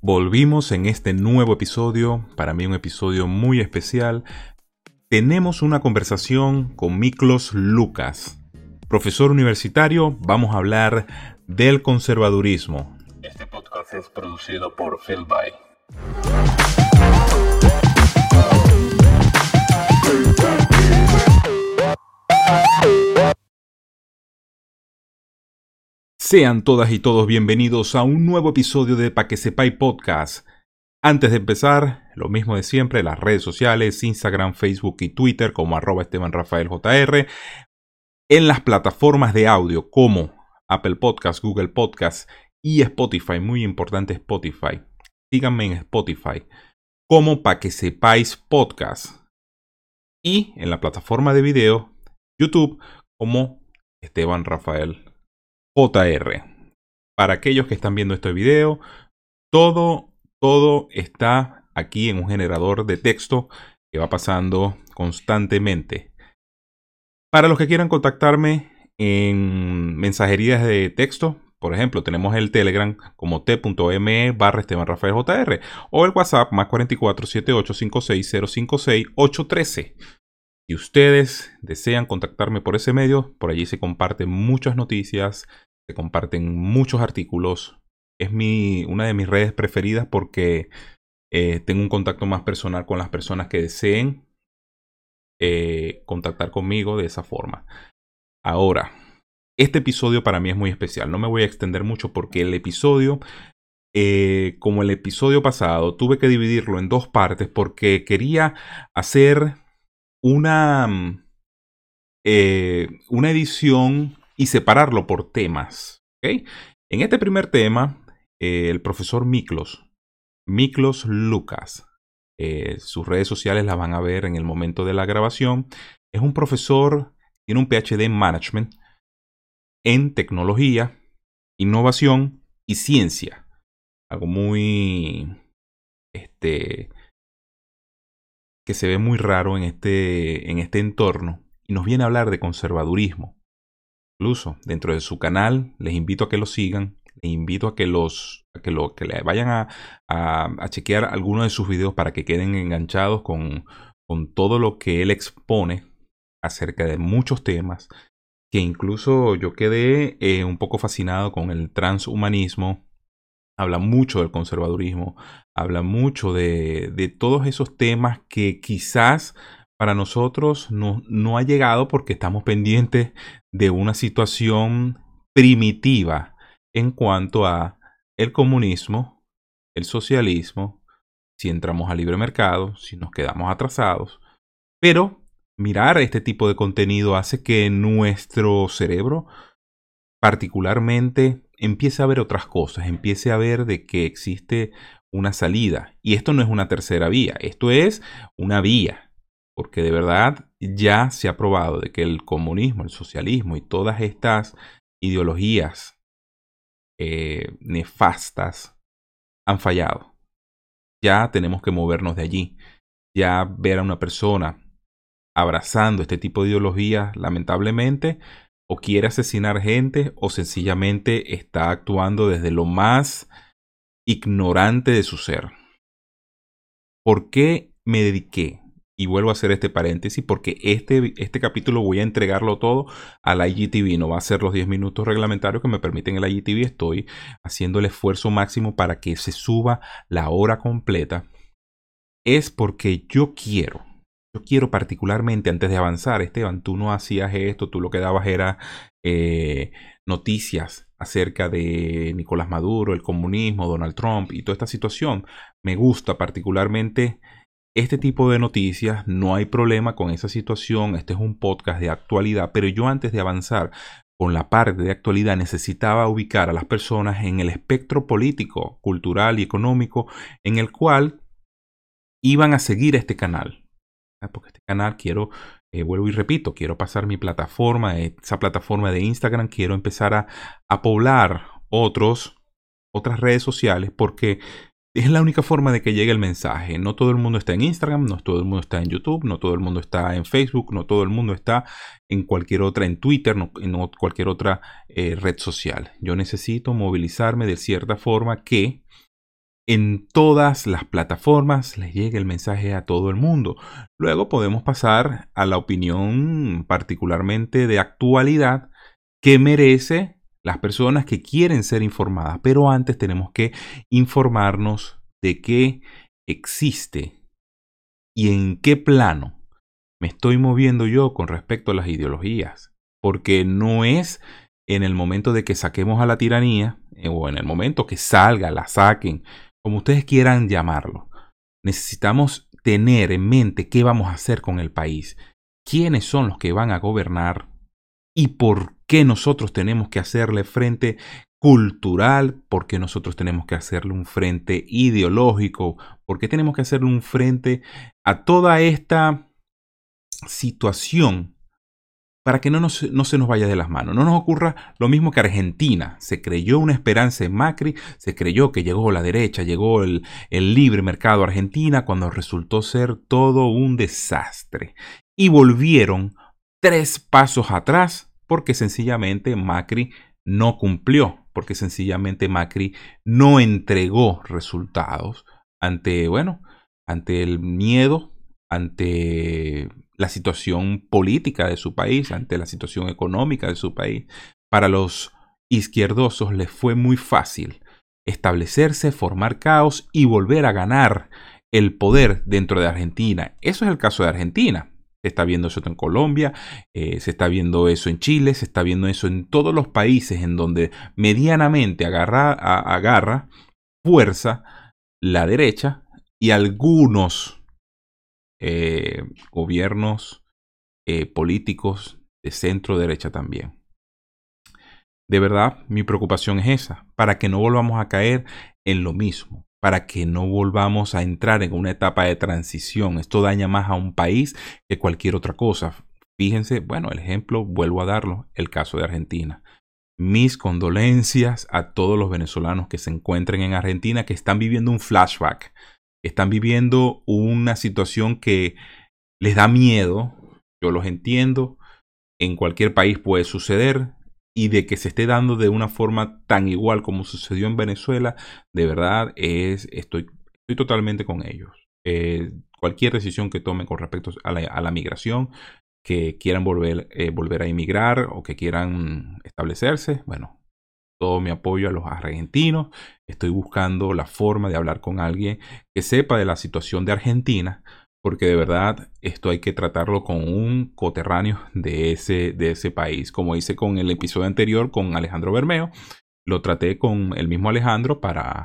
Volvimos en este nuevo episodio, para mí un episodio muy especial. Tenemos una conversación con Miklos Lukas, profesor universitario. Vamos a hablar del conservadurismo. Este podcast es producido por Philby. Sean todas y todos bienvenidos a un nuevo episodio de Pa' que sepáis Podcast. Antes de empezar, lo mismo de siempre, las redes sociales, Instagram, Facebook y Twitter como @EstebanRafaelJR. En las plataformas de audio como Apple Podcast, Google Podcast y Spotify, muy importante Spotify. Síganme en Spotify como Pa' que sepáis Podcast. Y en la plataforma de video, YouTube como Esteban Rafael JR. Para aquellos que están viendo este video, todo está aquí en un generador de texto que va pasando constantemente. Para los que quieran contactarme en mensajerías de texto, por ejemplo, tenemos el Telegram como t.me/EstebanRafaelJR o el WhatsApp más 44 78 56 056 813. Si ustedes desean contactarme por ese medio, por allí se comparten muchas noticias, se comparten muchos artículos. Es una de mis redes preferidas porque tengo un contacto más personal con las personas que deseen contactar conmigo de esa forma. Ahora, este episodio para mí es muy especial. No me voy a extender mucho porque el episodio, como el episodio pasado, tuve que dividirlo en dos partes porque quería hacer una edición y separarlo por temas. ¿Okay? En este primer tema, el profesor Miklos Lukas, sus redes sociales las van a ver en el momento de la grabación. Es un profesor, tiene un PhD en Management, en tecnología, innovación y ciencia. Algo muy que se ve muy raro en este entorno. Y nos viene a hablar de conservadurismo. Incluso dentro de su canal, les invito a que lo sigan. Les invito a que le vayan a chequear algunos de sus videos para que queden enganchados con todo lo que él expone acerca de muchos temas. Que incluso yo quedé un poco fascinado con el transhumanismo. Habla mucho del conservadurismo. Habla mucho de todos esos temas que quizás para nosotros no ha llegado porque estamos pendientes de una situación primitiva en cuanto a el comunismo, el socialismo, si entramos al libre mercado, si nos quedamos atrasados. Pero mirar este tipo de contenido hace que nuestro cerebro particularmente empiece a ver otras cosas, empiece a ver de que existe una salida. Y esto no es una tercera vía, esto es una vía. Porque de verdad ya se ha probado de que el comunismo, el socialismo y todas estas ideologías nefastas han fallado. Ya tenemos que movernos de allí. Ya ver a una persona abrazando este tipo de ideologías, lamentablemente, o quiere asesinar gente o sencillamente está actuando desde lo más ignorante de su ser. ¿Por qué me dediqué? Y vuelvo a hacer este paréntesis porque este capítulo voy a entregarlo todo a la IGTV. No va a ser los 10 minutos reglamentarios que me permiten en la IGTV. Estoy haciendo el esfuerzo máximo para que se suba la hora completa. Es porque yo quiero particularmente, antes de avanzar, Esteban, tú no hacías esto, tú lo que dabas era noticias acerca de Nicolás Maduro, el comunismo, Donald Trump y toda esta situación. Me gusta particularmente este tipo de noticias, no hay problema con esa situación. Este es un podcast de actualidad, pero yo antes de avanzar con la parte de actualidad necesitaba ubicar a las personas en el espectro político, cultural y económico en el cual iban a seguir este canal. Porque este canal quiero, vuelvo y repito, quiero pasar mi plataforma, esa plataforma de Instagram, quiero empezar a poblar otras redes sociales porque es la única forma de que llegue el mensaje. No todo el mundo está en Instagram, no todo el mundo está en YouTube, no todo el mundo está en Facebook, no todo el mundo está en cualquier otra, en Twitter, no cualquier otra red social. Yo necesito movilizarme de cierta forma que en todas las plataformas les llegue el mensaje a todo el mundo. Luego podemos pasar a la opinión particularmente de actualidad que merece las personas que quieren ser informadas. Pero antes tenemos que informarnos de qué existe y en qué plano me estoy moviendo yo con respecto a las ideologías. Porque no es en el momento de que saquemos a la tiranía o en el momento que salga, la saquen, como ustedes quieran llamarlo. Necesitamos tener en mente qué vamos a hacer con el país, quiénes son los que van a gobernar y por qué nosotros tenemos que hacerle frente cultural, por qué nosotros tenemos que hacerle un frente ideológico, por qué tenemos que hacerle un frente a toda esta situación para que no se nos vaya de las manos. No nos ocurra lo mismo que Argentina. Se creyó una esperanza en Macri, se creyó que llegó la derecha, llegó el libre mercado a Argentina, cuando resultó ser todo un desastre. Y volvieron 3 pasos atrás porque sencillamente Macri no cumplió, porque sencillamente Macri no entregó resultados ante, bueno, ante el miedo, ante la situación política de su país, ante la situación económica de su país. Para los izquierdosos les fue muy fácil establecerse, formar caos y volver a ganar el poder dentro de Argentina. Eso es el caso de Argentina. Se está viendo eso en Colombia, se está viendo eso en Chile, se está viendo eso en todos los países en donde medianamente agarra fuerza la derecha y algunos gobiernos políticos de centro derecha también. De verdad, mi preocupación es esa, para que no volvamos a caer en lo mismo, para que no volvamos a entrar en una etapa de transición. Esto daña más a un país que cualquier otra cosa. Fíjense, bueno, el ejemplo, vuelvo a darlo, el caso de Argentina. Mis condolencias a todos los venezolanos que se encuentren en Argentina, que están viviendo un flashback, que están viviendo una situación que les da miedo. Yo los entiendo, en cualquier país puede suceder, y de que se esté dando de una forma tan igual como sucedió en Venezuela, de verdad estoy totalmente con ellos. Cualquier decisión que tomen con respecto a la migración, que quieran volver a emigrar o que quieran establecerse, bueno, todo mi apoyo a los argentinos. Estoy buscando la forma de hablar con alguien que sepa de la situación de Argentina, porque de verdad esto hay que tratarlo con un coterráneo de ese país. Como hice con el episodio anterior con Alejandro Bermeo, lo traté con el mismo Alejandro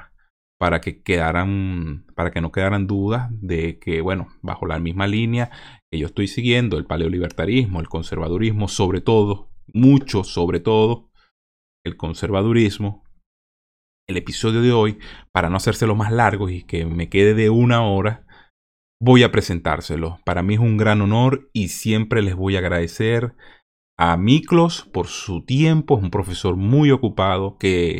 para que no quedaran dudas de que, bueno, bajo la misma línea que yo estoy siguiendo, el paleolibertarismo, el conservadurismo, sobre todo, mucho sobre todo, el conservadurismo, el episodio de hoy, para no hacérselo más largo y que me quede de 1 hora, voy a presentárselo. Para mí es un gran honor y siempre les voy a agradecer a Miklos por su tiempo. Es un profesor muy ocupado,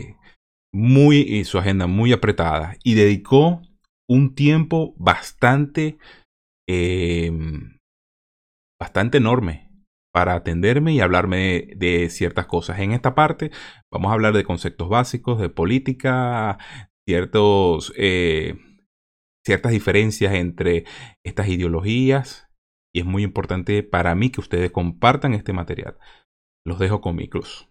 y su agenda muy apretada, y dedicó un tiempo eh, bastante enorme para atenderme y hablarme de ciertas cosas. En esta parte vamos a hablar de conceptos básicos, de política, ciertas diferencias entre estas ideologías, y es muy importante para mí que ustedes compartan este material. Los dejo con Miklos.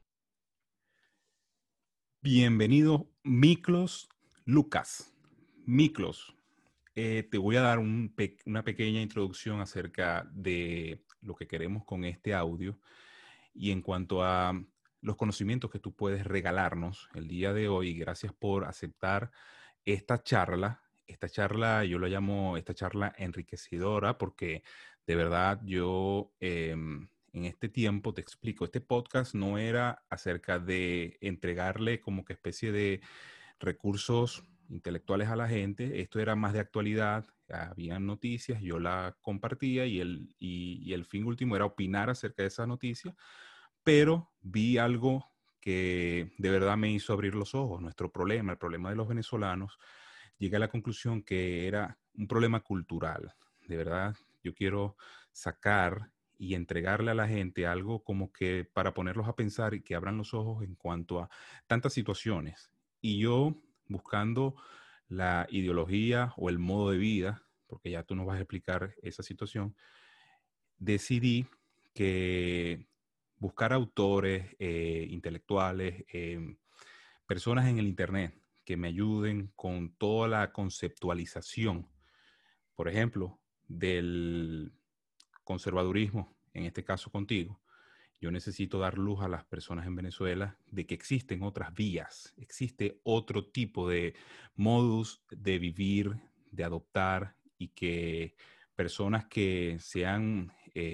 Bienvenido, Miklos Lucas. Miklos, te voy a dar una pequeña introducción acerca de lo que queremos con este audio y en cuanto a los conocimientos que tú puedes regalarnos el día de hoy. Gracias por aceptar esta charla. Esta charla, yo la llamo esta charla enriquecedora porque de verdad yo en este tiempo, te explico, este podcast no era acerca de entregarle como que especie de recursos intelectuales a la gente. Esto era más de actualidad, habían noticias, yo la compartía y el fin último era opinar acerca de esas noticias, pero vi algo que de verdad me hizo abrir los ojos. Nuestro problema, el problema de los venezolanos, llegué a la conclusión que era un problema cultural. De verdad, yo quiero sacar y entregarle a la gente algo como que para ponerlos a pensar y que abran los ojos en cuanto a tantas situaciones. Y yo, buscando la ideología o el modo de vida, porque ya tú nos vas a explicar esa situación, decidí que buscar autores, intelectuales, personas en el Internet que me ayuden con toda la conceptualización, por ejemplo, del conservadurismo, en este caso contigo. Yo necesito dar luz a las personas en Venezuela de que existen otras vías, existe otro tipo de modus de vivir, de adoptar, y que personas que sean,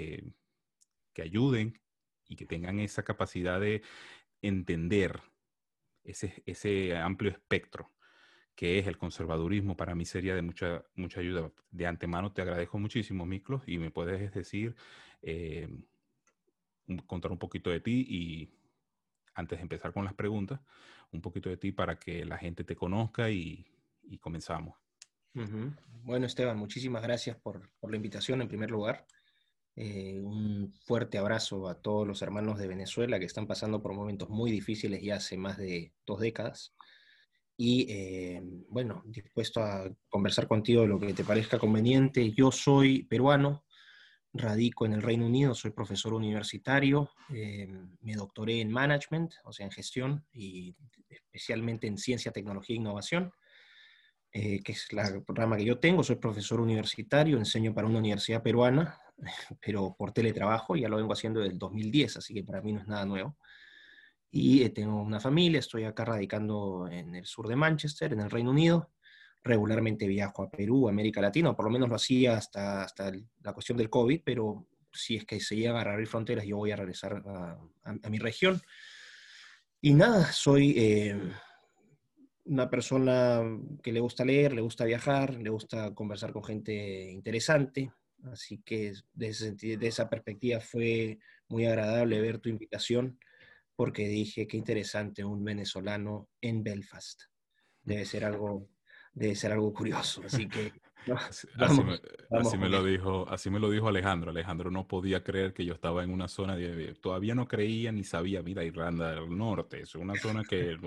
que ayuden y que tengan esa capacidad de entender ese amplio espectro que es el conservadurismo, para mí sería de mucha ayuda. De antemano te agradezco muchísimo, Miklos, y me puedes decir, eh, contar un poquito de ti y antes de empezar con las preguntas, un poquito de ti para que la gente te conozca y comenzamos. Ujú. Bueno, Esteban, muchísimas gracias por la invitación en primer lugar. Un fuerte abrazo a todos los hermanos de Venezuela que están pasando por momentos muy difíciles ya hace más de 2 décadas. Y bueno, dispuesto a conversar contigo de lo que te parezca conveniente. Yo soy peruano, radico en el Reino Unido, soy profesor universitario, me doctoré en management, o sea, en gestión, y especialmente en ciencia, tecnología e innovación, que es la rama que yo tengo. Soy profesor universitario, enseño para una universidad peruana, pero por teletrabajo, ya lo vengo haciendo desde el 2010, así que para mí no es nada nuevo. Y tengo una familia, estoy acá radicando en el sur de Manchester, en el Reino Unido. Regularmente viajo a Perú, América Latina, o por lo menos lo hacía hasta la cuestión del COVID, pero si es que se llegan a reabrir fronteras, yo voy a regresar a mi región. Y nada, soy una persona que le gusta leer, le gusta viajar, le gusta conversar con gente interesante, así que de esa perspectiva fue muy agradable ver tu invitación, porque dije, qué interesante un venezolano en Belfast. Debe ser algo, debe ser algo curioso, así que no, Así, así me, vamos con eso. así me lo dijo Alejandro. Alejandro no podía creer que yo estaba en una zona todavía no creía ni sabía, mira, Irlanda del Norte, es una zona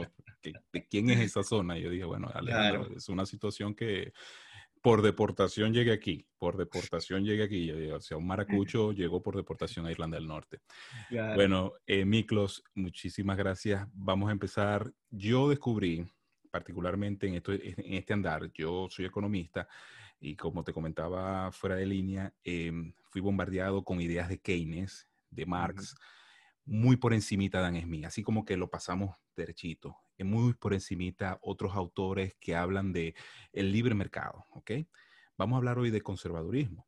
¿de quién es esa zona? Y yo dije, bueno, Alejandro, Claro, es una situación que por deportación llegué aquí, por deportación llegué aquí. Yo digo, o sea, un maracucho llegó por deportación a Irlanda del Norte. claro. Bueno, Miklos, muchísimas gracias. Vamos a empezar. Yo descubrí, particularmente en este andar, yo soy economista y como te comentaba fuera de línea, fui bombardeado con ideas de Keynes, de Ujú. Marx, muy por encimita Dan Smith, así como que lo pasamos derechito. Muy por encimita otros autores que hablan de el libre mercado, ¿ok? Vamos a hablar hoy de conservadurismo.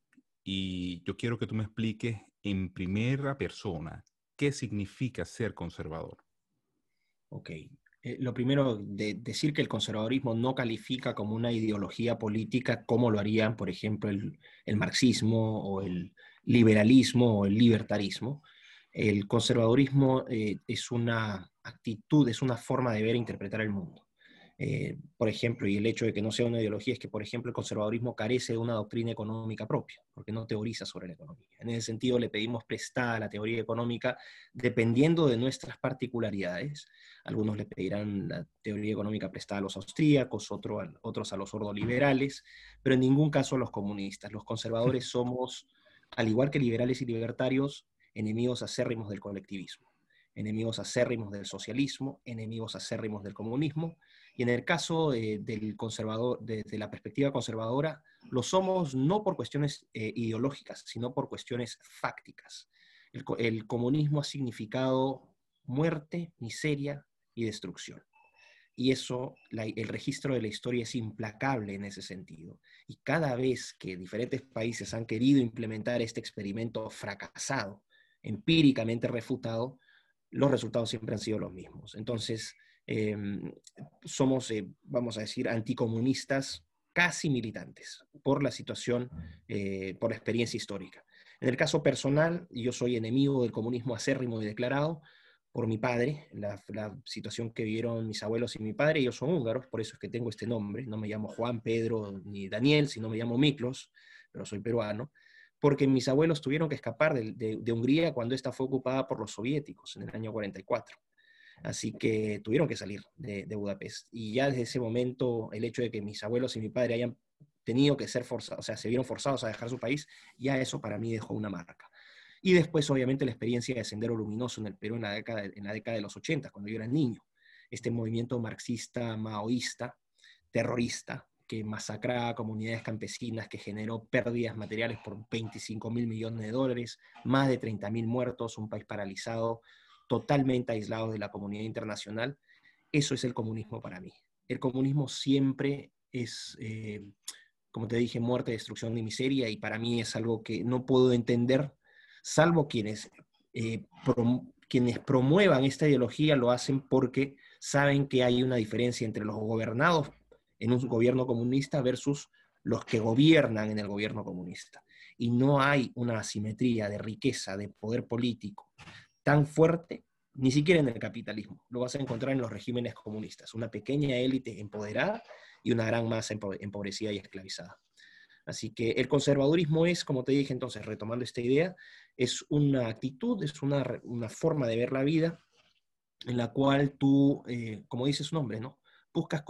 Y yo quiero que tú me expliques en primera persona qué significa ser conservador. Ok. Lo primero, decir que el conservadurismo no califica como una ideología política como lo harían, por ejemplo, el marxismo o el liberalismo o el libertarismo. El conservadurismo es una actitud, es una forma de ver e interpretar el mundo. Por ejemplo, y el hecho de que no sea una ideología es que, por ejemplo, el conservadurismo carece de una doctrina económica propia, porque no teoriza sobre la economía. En ese sentido, le pedimos prestada la teoría económica dependiendo de nuestras particularidades. Algunos le pedirán la teoría económica prestada a los austríacos, otros a los ordoliberales, pero en ningún caso a los comunistas. Los conservadores somos, al igual que liberales y libertarios, enemigos acérrimos del colectivismo, enemigos acérrimos del socialismo, enemigos acérrimos del comunismo, y en el caso del conservador, de la perspectiva conservadora, lo somos no por cuestiones ideológicas, sino por cuestiones fácticas. El comunismo ha significado muerte, miseria y destrucción. Y eso, el registro de la historia es implacable en ese sentido. Y cada vez que diferentes países han querido implementar este experimento fracasado, empíricamente refutado, los resultados siempre han sido los mismos. Entonces, eh, somos, vamos a decir, anticomunistas casi militantes por la situación, por la experiencia histórica. En el caso personal, yo soy enemigo del comunismo acérrimo y declarado por mi padre, la situación que vivieron mis abuelos y mi padre. Ellos son húngaros, por eso es que tengo este nombre. No me llamo Juan, Pedro ni Daniel, sino me llamo Miklos, pero soy peruano, porque mis abuelos tuvieron que escapar de Hungría cuando esta fue ocupada por los soviéticos en el año 44. Así que tuvieron que salir de Budapest. Y ya desde ese momento, el hecho de que mis abuelos y mi padre hayan tenido que ser forzados, o sea, se vieron forzados a dejar su país, ya eso para mí dejó una marca. Y después, obviamente, la experiencia de Sendero Luminoso en el Perú en la década de los 80, cuando yo era niño. Este movimiento marxista, maoísta, terrorista, que masacraba a comunidades campesinas, que generó pérdidas materiales por 25.000 millones de dólares, más de 30.000 muertos, un país paralizado, totalmente aislado de la comunidad internacional. Eso es el comunismo para mí. El comunismo siempre es, como te dije, muerte, destrucción y miseria, y para mí es algo que no puedo entender, salvo quienes promuevan esta ideología lo hacen porque saben que hay una diferencia entre los gobernados en un gobierno comunista versus los que gobiernan en el gobierno comunista. Y no hay una asimetría de riqueza, de poder político tan fuerte, ni siquiera en el capitalismo. Lo vas a encontrar en los regímenes comunistas. Una pequeña élite empoderada y una gran masa empobrecida y esclavizada. Así que el conservadurismo es, como te dije entonces, retomando esta idea, es una actitud, es una forma de ver la vida en la cual tú, como dice su nombre, ¿no? Buscas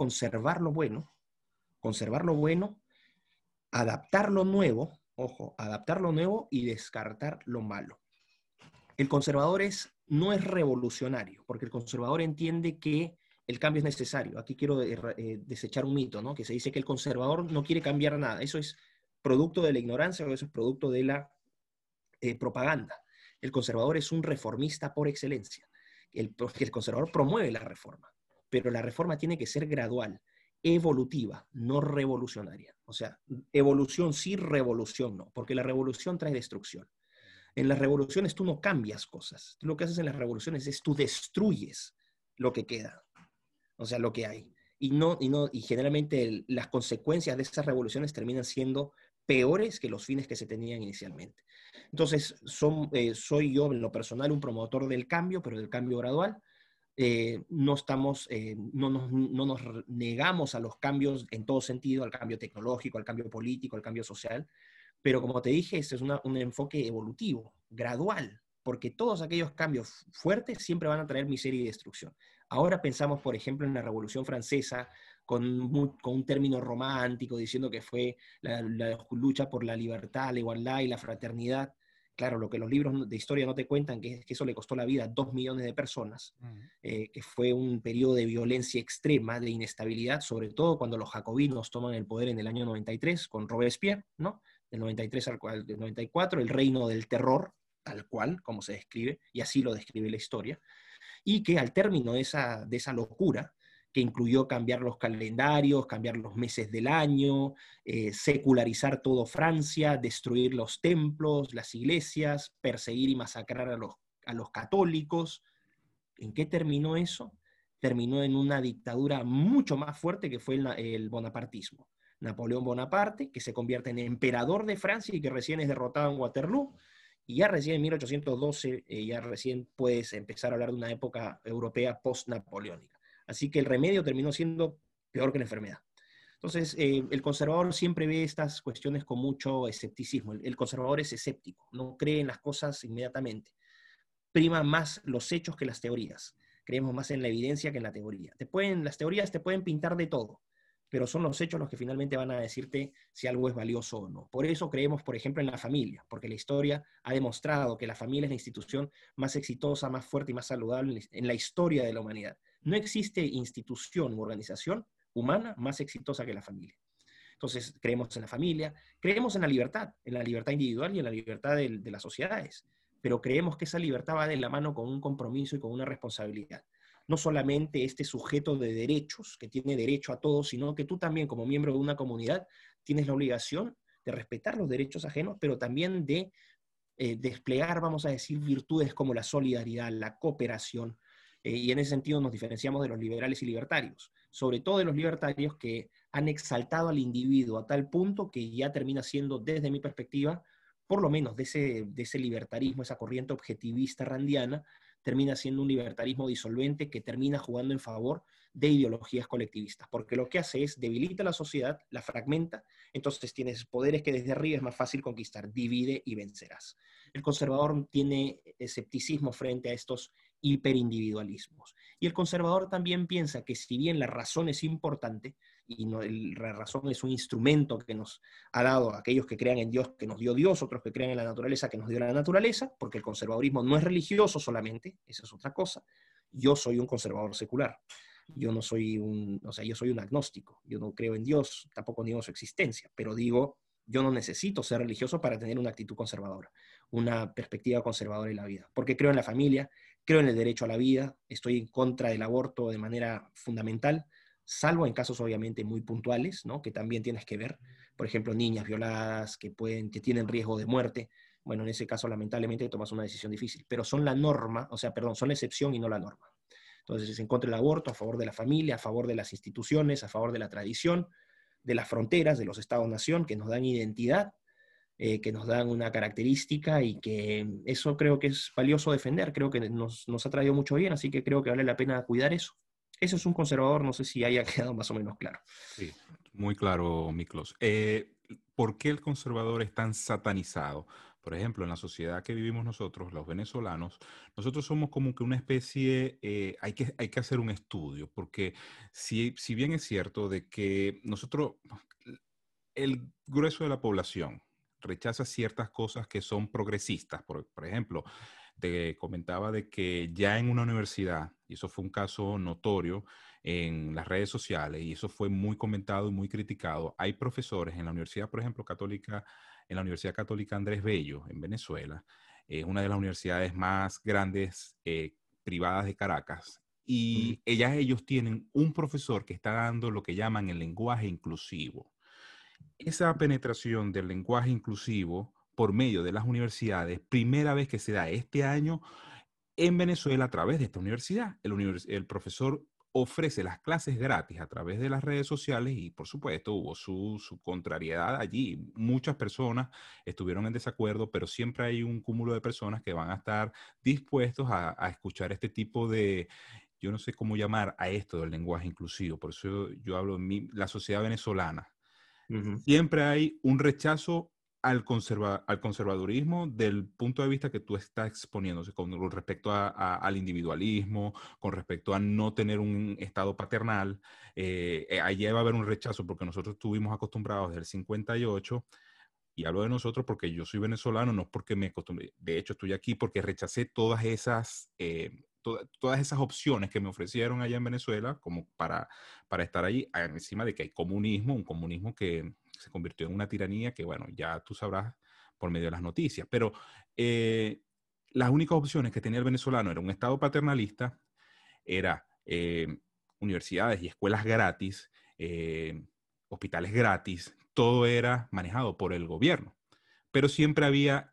conservar lo bueno, adaptar lo nuevo, ojo, adaptar lo nuevo y descartar lo malo. El conservador no es revolucionario, porque el conservador entiende que el cambio es necesario. Aquí quiero desechar un mito, ¿no? Que se dice que el conservador no quiere cambiar nada. Eso es producto de la ignorancia o eso es producto de la propaganda. El conservador es un reformista por excelencia. El conservador promueve la reforma, pero la reforma tiene que ser gradual, evolutiva, no revolucionaria. O sea, evolución sí, revolución no, porque la revolución trae destrucción. En las revoluciones tú no cambias cosas. Tú lo que haces en las revoluciones es tú destruyes lo que queda, o sea, lo que hay. Y generalmente las consecuencias de esas revoluciones terminan siendo peores que los fines que se tenían inicialmente. Entonces, soy yo en lo personal un promotor del cambio, pero del cambio gradual. No nos negamos a los cambios en todo sentido, al cambio tecnológico, al cambio político, al cambio social, pero como te dije, este es un enfoque evolutivo, gradual, porque todos aquellos cambios fuertes siempre van a traer miseria y destrucción. Ahora pensamos, por ejemplo, en la Revolución Francesa, con un término romántico, diciendo que fue la lucha por la libertad, la igualdad y la fraternidad. Claro, lo que los libros de historia no te cuentan, que es que eso le costó la vida a 2 millones de personas, que fue un periodo de violencia extrema, de inestabilidad, sobre todo cuando los jacobinos toman el poder en el año 93 con Robespierre, ¿no? Del 93 del 94, el reino del terror, tal cual, como se describe, y así lo describe la historia, y que al término de esa locura, que incluyó cambiar los calendarios, cambiar los meses del año, secularizar todo Francia, destruir los templos, las iglesias, perseguir y masacrar a los católicos. ¿En qué terminó eso? Terminó en una dictadura mucho más fuerte que fue el bonapartismo. Napoleón Bonaparte, que se convierte en emperador de Francia y que recién es derrotado en Waterloo, y ya recién en 1812, ya recién puedes empezar a hablar de una época europea post-napoleónica. Así que el remedio terminó siendo peor que la enfermedad. Entonces, el conservador siempre ve estas cuestiones con mucho escepticismo. El conservador es escéptico, no cree en las cosas inmediatamente. Prima más los hechos que las teorías. Creemos más en la evidencia que en la teoría. Las teorías te pueden pintar de todo, pero son los hechos los que finalmente van a decirte si algo es valioso o no. Por eso creemos, por ejemplo, en la familia, porque la historia ha demostrado que la familia es la institución más exitosa, más fuerte y más saludable en la historia de la humanidad. No existe institución u organización humana más exitosa que la familia. Entonces, creemos en la familia, creemos en la libertad individual y en la libertad de las sociedades, pero creemos que esa libertad va de la mano con un compromiso y con una responsabilidad. No solamente este sujeto de derechos, que tiene derecho a todo, sino que tú también, como miembro de una comunidad, tienes la obligación de respetar los derechos ajenos, pero también de desplegar, vamos a decir, virtudes como la solidaridad, la cooperación, y en ese sentido nos diferenciamos de los liberales y libertarios, sobre todo de los libertarios que han exaltado al individuo a tal punto que ya termina siendo, desde mi perspectiva, por lo menos de ese libertarismo, esa corriente objetivista randiana, termina siendo un libertarismo disolvente que termina jugando en favor de ideologías colectivistas, porque lo que hace es debilita la sociedad, la fragmenta, entonces tienes poderes que desde arriba es más fácil conquistar, divide y vencerás. El conservador tiene escepticismo frente a estos hiperindividualismos. Y el conservador también piensa que si bien la razón es importante, y no, la razón es un instrumento que nos ha dado aquellos que crean en Dios, que nos dio Dios, otros que crean en la naturaleza, que nos dio la naturaleza, porque el conservadurismo no es religioso solamente, esa es otra cosa. Yo soy un conservador secular. Yo no soy yo soy un agnóstico. Yo no creo en Dios, tampoco niego su existencia, pero digo, yo no necesito ser religioso para tener una actitud conservadora, una perspectiva conservadora en la vida, porque creo en la familia, creo en el derecho a la vida, estoy en contra del aborto de manera fundamental, salvo en casos obviamente muy puntuales, ¿no? Que también tienes que ver, por ejemplo, niñas violadas que tienen riesgo de muerte. Bueno, en ese caso lamentablemente tomas una decisión difícil, pero son la norma, o sea, perdón, son la excepción y no la norma. Entonces es en contra del aborto, a favor de la familia, a favor de las instituciones, a favor de la tradición, de las fronteras, de los estados-nación, que nos dan identidad, que nos dan una característica y que eso creo que es valioso defender, creo que nos ha traído mucho bien, así que creo que vale la pena cuidar eso. Eso es un conservador, no sé si haya quedado más o menos claro. Sí, muy claro, Miklos. ¿Por qué el conservador es tan satanizado? Por ejemplo, en la sociedad que vivimos nosotros, los venezolanos, nosotros somos como que una especie, hay que hacer un estudio, porque si bien es cierto de que nosotros, el grueso de la población rechaza ciertas cosas que son progresistas. Por ejemplo, te comentaba de que ya en una universidad, y eso fue un caso notorio en las redes sociales, y eso fue muy comentado y muy criticado, hay profesores en la Universidad, por ejemplo, católica, en la Universidad Católica Andrés Bello, en Venezuela, es una de las universidades más grandes privadas de Caracas, Ujú. y ellos tienen un profesor que está dando lo que llaman el lenguaje inclusivo. Esa penetración del lenguaje inclusivo por medio de las universidades, primera vez que se da este año en Venezuela a través de esta universidad. El profesor ofrece las clases gratis a través de las redes sociales y por supuesto hubo su contrariedad allí. Muchas personas estuvieron en desacuerdo, pero siempre hay un cúmulo de personas que van a estar dispuestos a escuchar este tipo de, yo no sé cómo llamar a esto del lenguaje inclusivo. Por eso yo hablo de la sociedad venezolana. Ujú. Siempre hay un rechazo al conservadurismo del punto de vista que tú estás exponiéndose con respecto al individualismo, con respecto a no tener un estado paternal. Allí va a haber un rechazo porque nosotros estuvimos acostumbrados desde el 58, y hablo de nosotros porque yo soy venezolano, no porque me acostumbré. De hecho, estoy aquí porque rechacé todas esas opciones que me ofrecieron allá en Venezuela como para estar allí, encima de que hay comunismo, un comunismo que se convirtió en una tiranía que, bueno, ya tú sabrás por medio de las noticias. Pero las únicas opciones que tenía el venezolano era un Estado paternalista, era universidades y escuelas gratis, hospitales gratis, todo era manejado por el gobierno. Pero siempre había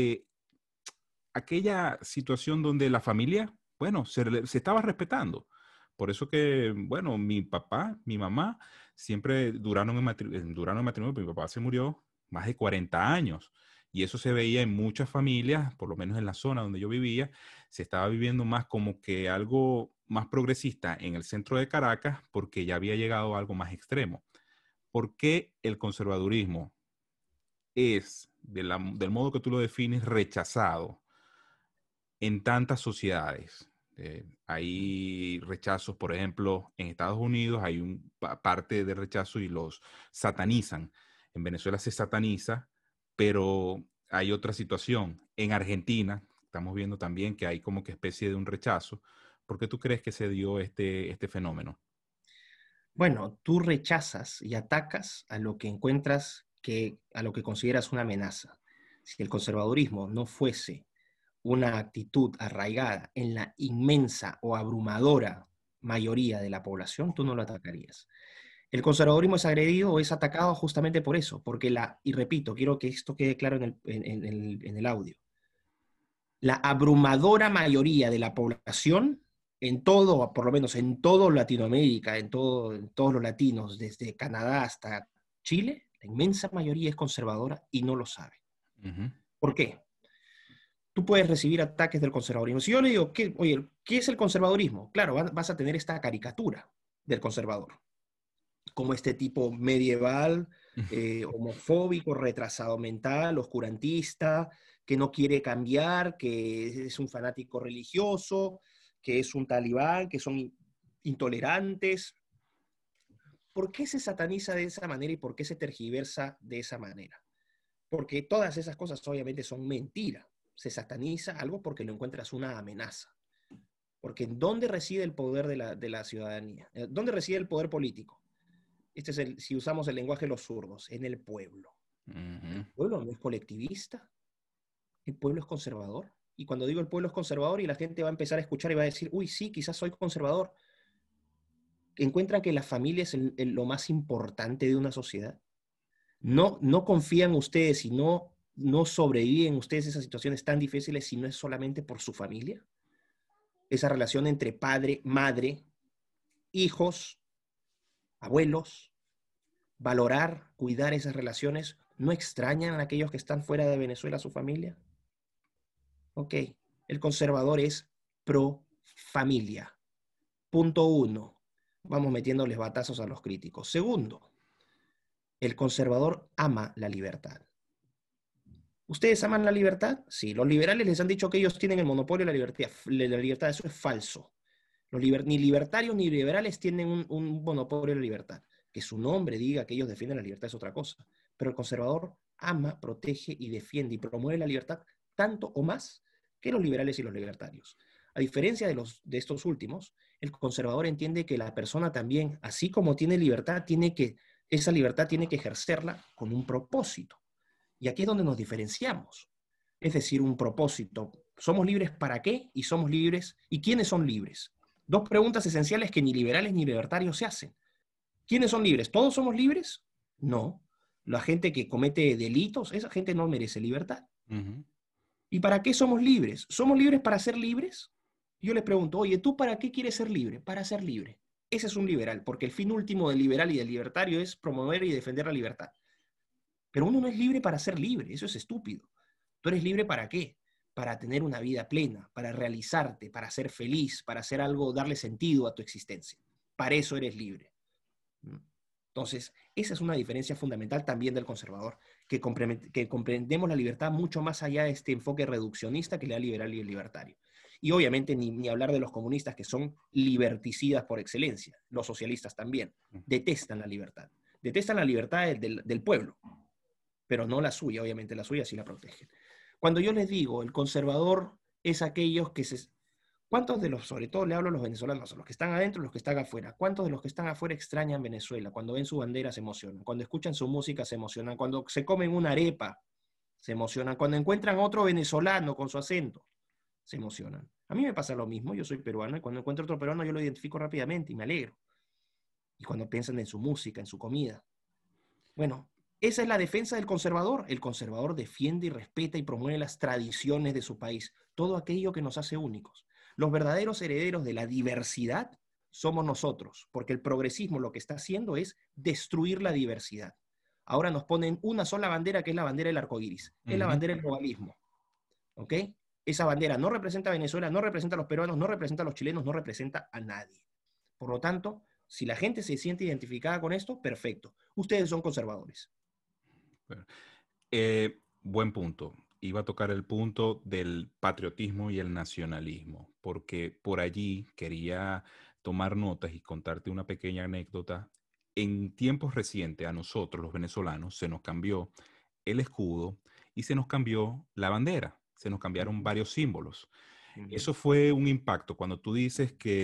aquella situación donde la familia, bueno, se estaba respetando. Por eso que, bueno, mi papá, mi mamá, siempre duraron en matrimonio, pero mi papá se murió más de 40 años. Y eso se veía en muchas familias, por lo menos en la zona donde yo vivía, se estaba viviendo más como que algo más progresista en el centro de Caracas, porque ya había llegado a algo más extremo. ¿Por qué el conservadurismo es, del modo que tú lo defines, rechazado en tantas sociedades? Hay rechazos, por ejemplo, en Estados Unidos hay parte de rechazo y los satanizan. En Venezuela se sataniza, pero hay otra situación. En Argentina estamos viendo también que hay como que especie de un rechazo. ¿Por qué tú crees que se dio este fenómeno? Bueno, tú rechazas y atacas a lo que encuentras a lo que consideras una amenaza. Si el conservadurismo no fuese una actitud arraigada en la inmensa o abrumadora mayoría de la población, tú no lo atacarías. El conservadurismo es agredido o es atacado justamente por eso, porque y repito, quiero que esto quede claro en el audio, la abrumadora mayoría de la población, en todo, por lo menos en todo Latinoamérica, en todos los latinos, desde Canadá hasta Chile, la inmensa mayoría es conservadora y no lo sabe. Ujú. ¿Por qué? Tú puedes recibir ataques del conservadurismo. Si yo le digo, oye, ¿qué es el conservadurismo? Claro, vas a tener esta caricatura del conservador, como este tipo medieval, homofóbico, retrasado mental, oscurantista, que no quiere cambiar, que es un fanático religioso. que es un talibán, que son intolerantes. ¿Por qué se sataniza de esa manera y por qué se tergiversa de esa manera? Porque todas esas cosas obviamente son mentira. Se sataniza algo porque lo encuentras una amenaza. Porque ¿dónde reside el poder de la ciudadanía? ¿Dónde reside el poder político? Este es si usamos el lenguaje de los zurdos, en el pueblo. El pueblo no es colectivista, el pueblo es conservador. Y cuando digo el pueblo es conservador y la gente va a empezar a escuchar y va a decir, uy, sí, quizás soy conservador, encuentran que la familia es lo más importante de una sociedad. No confían ustedes y no sobreviven ustedes a esas situaciones tan difíciles si no es solamente por su familia. Esa relación entre padre, madre, hijos, abuelos, valorar, cuidar esas relaciones, ¿no extrañan a aquellos que están fuera de Venezuela a su familia? Ok, el conservador es pro familia. Punto uno, vamos metiéndoles batazos a los críticos. Segundo, el conservador ama la libertad. ¿Ustedes aman la libertad? Sí, los liberales les han dicho que ellos tienen el monopolio de la libertad. La libertad, eso es falso. Ni libertarios ni liberales tienen un monopolio de la libertad. Que su nombre diga que ellos defienden la libertad es otra cosa. Pero el conservador ama, protege y defiende y promueve la libertad tanto o más que los liberales y los libertarios. A diferencia de estos últimos, el conservador entiende que la persona también, así como tiene libertad, esa libertad tiene que ejercerla con un propósito. Y aquí es donde nos diferenciamos. Es decir, un propósito. ¿Somos libres para qué? Y somos libres. ¿Y quiénes son libres? Dos preguntas esenciales que ni liberales ni libertarios se hacen. ¿Quiénes son libres? ¿Todos somos libres? No. La gente que comete delitos, esa gente no merece libertad. ¿Y para qué somos libres? ¿Somos libres para ser libres? Yo les pregunto, oye, ¿tú para qué quieres ser libre? Para ser libre. Ese es un liberal, porque el fin último del liberal y del libertario es promover y defender la libertad. Pero uno no es libre para ser libre, eso es estúpido. ¿Tú eres libre para qué? Para tener una vida plena, para realizarte, para ser feliz, para hacer algo, darle sentido a tu existencia. Para eso eres libre. Entonces, esa es una diferencia fundamental también del conservador, que comprendemos la libertad mucho más allá de este enfoque reduccionista que le da el liberal y el libertario. Y obviamente ni hablar de los comunistas que son liberticidas por excelencia, los socialistas también, detestan la libertad. Detestan la libertad del pueblo, pero no la suya, obviamente la suya sí la protegen. Cuando yo les digo, el conservador es aquellos que se... ¿Cuántos de los, sobre todo le hablo a los venezolanos, a los que están adentro, los que están afuera? ¿Cuántos de los que están afuera extrañan Venezuela? Cuando ven su bandera se emocionan, cuando escuchan su música se emocionan, cuando se comen una arepa se emocionan, cuando encuentran otro venezolano con su acento se emocionan. A mí me pasa lo mismo, yo soy peruano y cuando encuentro otro peruano yo lo identifico rápidamente y me alegro. Y cuando piensan en su música, en su comida. Bueno, esa es la defensa del conservador. El conservador defiende y respeta y promueve las tradiciones de su país, todo aquello que nos hace únicos. Los verdaderos herederos de la diversidad somos nosotros, porque el progresismo lo que está haciendo es destruir la diversidad. Ahora nos ponen una sola bandera, que es la bandera del arco iris, es la bandera del globalismo. ¿Ok? Esa bandera no representa a Venezuela, no representa a los peruanos, no representa a los chilenos, no representa a nadie. Por lo tanto, si la gente se siente identificada con esto, perfecto. Ustedes son conservadores. Bueno, buen punto. Iba a tocar el punto del patriotismo y el nacionalismo, porque por allí quería tomar notas y contarte una pequeña anécdota. En tiempos recientes a nosotros, los venezolanos, se nos cambió el escudo y se nos cambió la bandera. Se nos cambiaron varios símbolos. Eso fue un impacto cuando tú dices que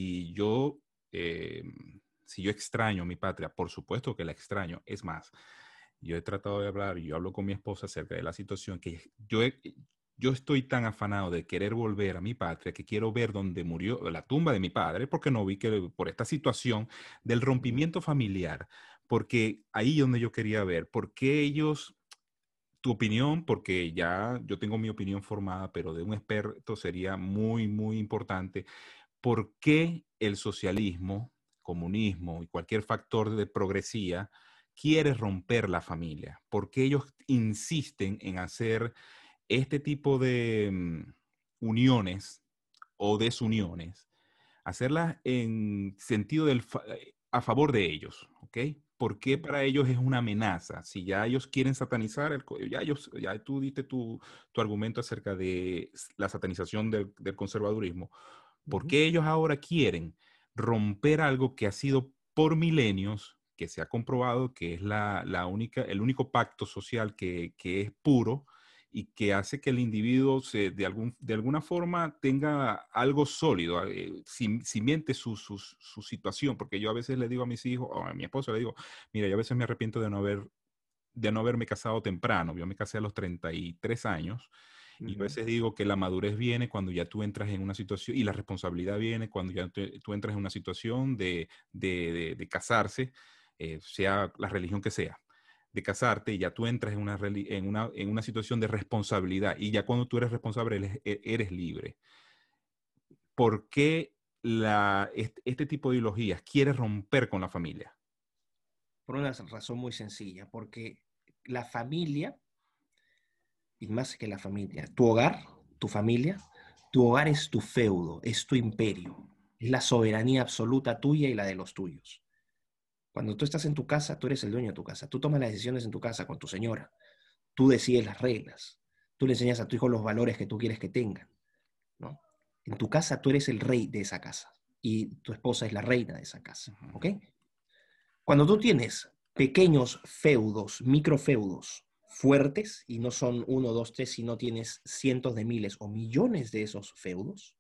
eh, si yo extraño mi patria, por supuesto que la extraño. Es más, yo he tratado de hablar, yo hablo con mi esposa acerca de la situación que yo estoy tan afanado de querer volver a mi patria que quiero ver dónde murió la tumba de mi padre, porque no vi que por esta situación del rompimiento familiar, porque ahí es donde yo quería ver, por qué ellos, tu opinión, porque ya yo tengo mi opinión formada, pero de un experto sería muy, muy importante, por qué el socialismo, comunismo y cualquier factor de progresía quiere romper la familia, por qué ellos insisten en hacer este tipo de uniones o desuniones, hacerlas en sentido a favor de ellos, ¿ok? ¿Por qué para ellos es una amenaza? Si ya ellos quieren satanizar, ya tú diste tu argumento acerca de la satanización del conservadurismo. ¿Por Ujú, qué ellos ahora quieren romper algo que ha sido por milenios, que se ha comprobado que es el único pacto social que es puro y que hace que el individuo de alguna forma tenga algo sólido, simiente su situación? Porque yo a veces le digo a mis hijos, o a mi esposa le digo, mira, yo a veces me arrepiento de no haberme casado temprano. Yo me casé a los 33 años y a ujú. veces digo que la madurez viene cuando ya tú entras en una situación y la responsabilidad viene cuando ya tú entras en una situación de casarse, sea la religión que sea, de casarte y ya tú entras en una situación de responsabilidad y ya cuando tú eres responsable eres libre. ¿Por qué este tipo de ideologías quiere romper con la familia? Por una razón muy sencilla, porque la familia, y más que la familia, tu hogar, tu hogar es tu feudo, es tu imperio, es la soberanía absoluta tuya y la de los tuyos. Cuando tú estás en tu casa, tú eres el dueño de tu casa, tú tomas las decisiones en tu casa con tu señora, tú decides las reglas, tú le enseñas a tu hijo los valores que tú quieres que tengan, ¿no? En tu casa tú eres el rey de esa casa y tu esposa es la reina de esa casa, ¿ok? Ujú, Cuando tú tienes pequeños feudos, microfeudos fuertes, y no son uno, dos, tres, sino tienes cientos de miles o millones de esos feudos,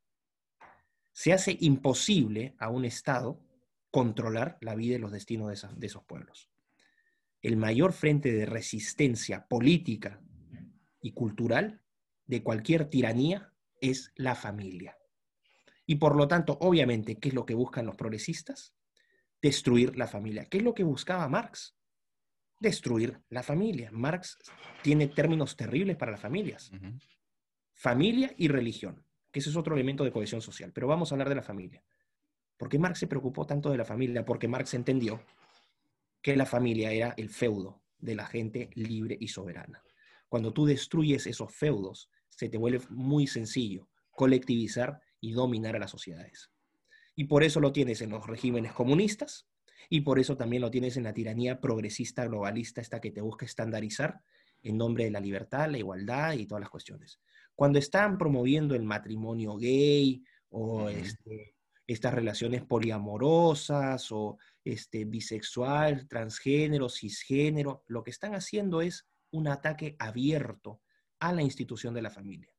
se hace imposible a un Estado controlar la vida y los destinos de esos pueblos. El mayor frente de resistencia política y cultural de cualquier tiranía es la familia. Y por lo tanto, obviamente, ¿qué es lo que buscan los progresistas? Destruir la familia. ¿Qué es lo que buscaba Marx? Destruir la familia. Marx tiene términos terribles para las familias. ujú. Familia y religión, que ese es otro elemento de cohesión social. Pero vamos a hablar de la familia. ¿Por qué Marx se preocupó tanto de la familia? Porque Marx entendió que la familia era el feudo de la gente libre y soberana. Cuando tú destruyes esos feudos, se te vuelve muy sencillo colectivizar y dominar a las sociedades. Y por eso lo tienes en los regímenes comunistas y por eso también lo tienes en la tiranía progresista globalista, esta que te busca estandarizar en nombre de la libertad, la igualdad y todas las cuestiones. Cuando están promoviendo el matrimonio gay o Ujú. estas relaciones poliamorosas o bisexual, transgénero, cisgénero, lo que están haciendo es un ataque abierto a la institución de la familia.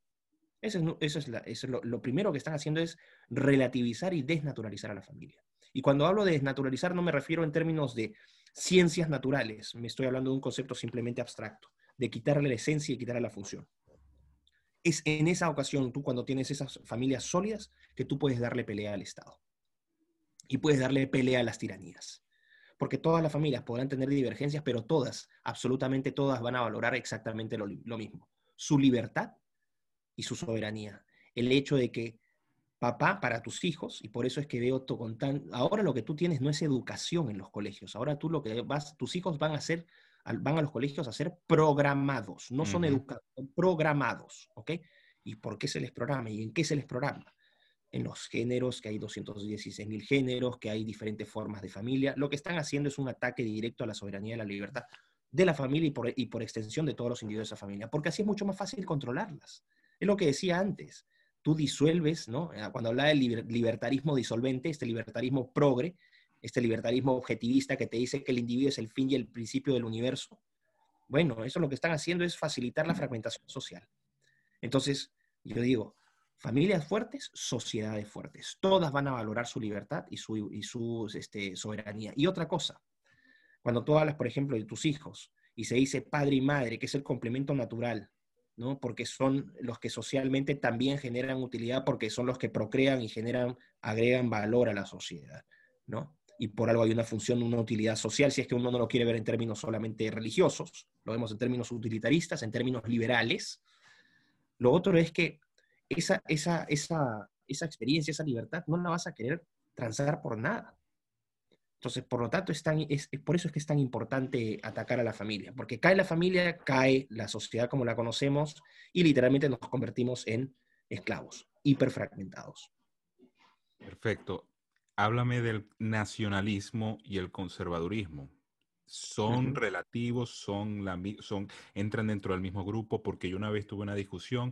Eso es lo primero que están haciendo es relativizar y desnaturalizar a la familia. Y cuando hablo de desnaturalizar no me refiero en términos de ciencias naturales, me estoy hablando de un concepto simplemente abstracto, de quitarle la esencia y quitarle la función. Es en esa ocasión, tú cuando tienes esas familias sólidas, que tú puedes darle pelea al Estado y puedes darle pelea a las tiranías. Porque todas las familias podrán tener divergencias, pero todas, absolutamente todas, van a valorar exactamente lo mismo. Su libertad y su soberanía. El hecho de que papá para tus hijos, y por eso es que veo con tan... Ahora lo que tú tienes no es educación en los colegios, ahora tú lo que vas, tus hijos van a ser, van a los colegios a ser programados, no son Ujú. educados, son programados, ¿ok? ¿Y por qué se les programa? ¿Y en qué se les programa? En los géneros, que hay 216.000 géneros, que hay diferentes formas de familia. Lo que están haciendo es un ataque directo a la soberanía y la libertad de la familia y por extensión de todos los individuos de esa familia, porque así es mucho más fácil controlarlas. Es lo que decía antes. Tú disuelves, ¿no? Cuando hablaba del libertarismo disolvente, este libertarismo progre, este libertarismo objetivista que te dice que el individuo es el fin y el principio del universo. Bueno, eso lo que están haciendo es facilitar la fragmentación social. Entonces, yo digo, familias fuertes, sociedades fuertes. Todas van a valorar su libertad y su soberanía. Y otra cosa, cuando tú hablas, por ejemplo, de tus hijos y se dice padre y madre, que es el complemento natural, ¿no? Porque son los que socialmente también generan utilidad, porque son los que procrean y generan, agregan valor a la sociedad, ¿no? Y por algo hay una función, una utilidad social, si es que uno no lo quiere ver en términos solamente religiosos, lo vemos en términos utilitaristas, en términos liberales. Lo otro es que esa experiencia, esa libertad, no la vas a querer transar por nada. Entonces, por lo tanto, por eso es que es tan importante atacar a la familia, porque cae la familia, cae la sociedad como la conocemos y literalmente nos convertimos en esclavos, hiperfragmentados. Perfecto. Háblame del nacionalismo y el conservadurismo. Son Ujú. relativos, entran dentro del mismo grupo, porque yo una vez tuve una discusión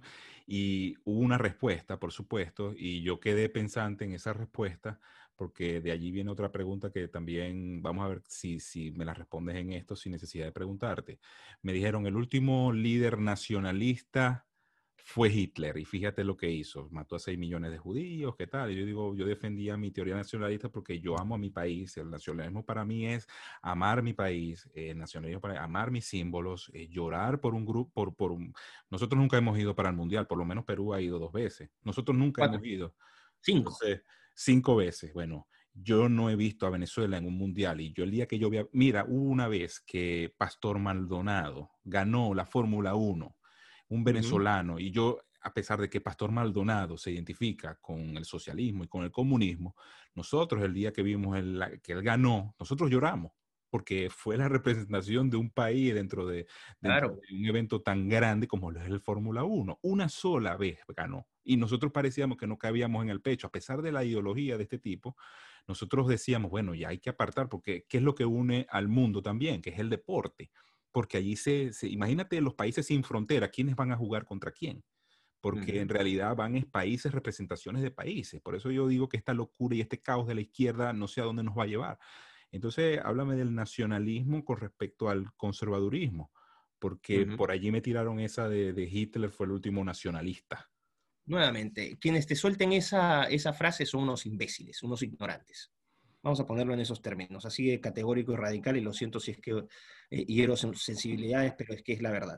y hubo una respuesta, por supuesto, y yo quedé pensante en esa respuesta, porque de allí viene otra pregunta que también vamos a ver si me la respondes en esto sin necesidad de preguntarte. Me dijeron, el último líder nacionalista fue Hitler, y fíjate lo que hizo, mató a 6 millones de judíos, ¿qué tal? Y yo digo, yo defendía mi teoría nacionalista porque yo amo a mi país, el nacionalismo para mí es amar mi país, el nacionalismo para amar mis símbolos, llorar por un grupo, nosotros nunca hemos ido para el Mundial, por lo menos Perú ha ido 2 veces, nosotros nunca hemos 4, ido, 5. entonces 5 veces, bueno. Yo no he visto a Venezuela en un mundial y yo el día que yo vea, mira, hubo una vez que Pastor Maldonado ganó la Fórmula 1, un Ujú. venezolano, y yo, a pesar de que Pastor Maldonado se identifica con el socialismo y con el comunismo, nosotros el día que vimos que él ganó, nosotros lloramos, porque fue la representación de un país dentro Claro. de un evento tan grande como lo es el Fórmula 1. Una sola vez ganó. Y nosotros parecíamos que no cabíamos en el pecho, a pesar de la ideología de este tipo, nosotros decíamos, bueno, ya hay que apartar, porque ¿qué es lo que une al mundo también? Que es el deporte, porque allí imagínate los países sin frontera, ¿quiénes van a jugar contra quién? Porque en Ujú. realidad van es países, representaciones de países. Por eso yo digo que esta locura y este caos de la izquierda no sé a dónde nos va a llevar. Entonces, háblame del nacionalismo con respecto al conservadurismo, porque Ujú. por allí me tiraron esa de Hitler fue el último nacionalista. Nuevamente, quienes te suelten esa frase son unos imbéciles, unos ignorantes. Vamos a ponerlo en esos términos, así de categórico y radical, y lo siento si es que hiero sensibilidades, pero es que es la verdad.